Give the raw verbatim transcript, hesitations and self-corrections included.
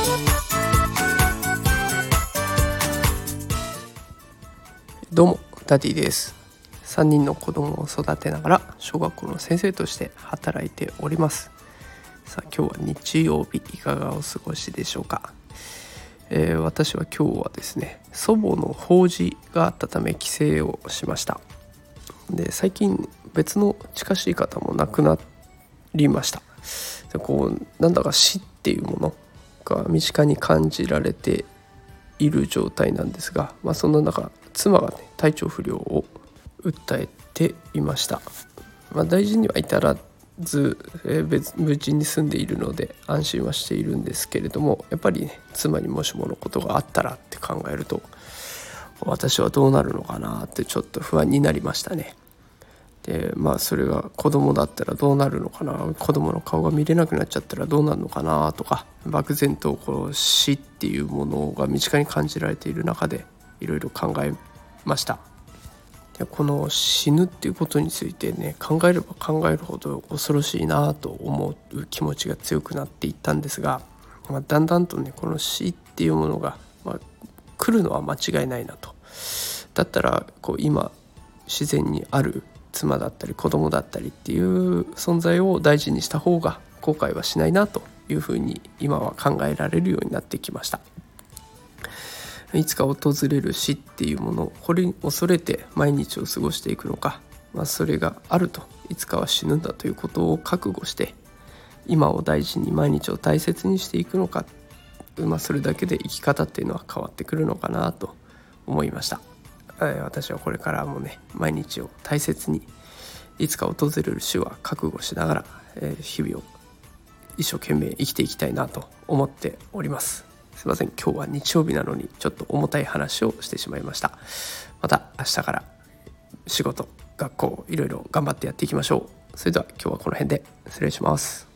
どうもダディです。さんにんの子供を育てながら小学校の先生として働いております。さあ今日は日曜日、いかがお過ごしでしょうか。えー、私は今日はですね、祖母の法事があったため帰省をしました。で最近別の近しい方も亡くなりました。でこうなんだか死っていうものが身近に感じられている状態なんですが、まあ、そんな中妻が、ね、体調不良を訴えていました。まあ、大事には至らず、えー、別無事に住んでいるので安心はしているんですけれども、やっぱり、ね、妻にもしものことがあったらって考えると、私はどうなるのかなってちょっと不安になりましたね。でまあそれが子供だったらどうなるのかな、子供の顔が見れなくなっちゃったらどうなるのかなとか、漠然とこう死っていうものが身近に感じられている中でいろいろ考えました。でこの死ぬっていうことについてね、考えれば考えるほど恐ろしいなと思う気持ちが強くなっていったんですが、まあ、だんだんとねこの死っていうものが、まあ、来るのは間違いないなと。だったらこう今自然にある妻だったり子供だったりっていう存在を大事にした方が後悔はしないなというふうに今は考えられるようになってきました。いつか訪れる死っていうものをこれに恐れて毎日を過ごしていくのか、まあ、それがあるといつかは死ぬんだということを覚悟して今を大事に毎日を大切にしていくのか、まあ、それだけで生き方っていうのは変わってくるのかなと思いました。私はこれからもね毎日を大切に、いつか訪れる死は覚悟しながら、えー、日々を一生懸命生きていきたいなと思っております。すいません、今日は日曜日なのにちょっと重たい話をしてしまいました。また明日から仕事学校いろいろ頑張ってやっていきましょう。それでは今日はこの辺で失礼します。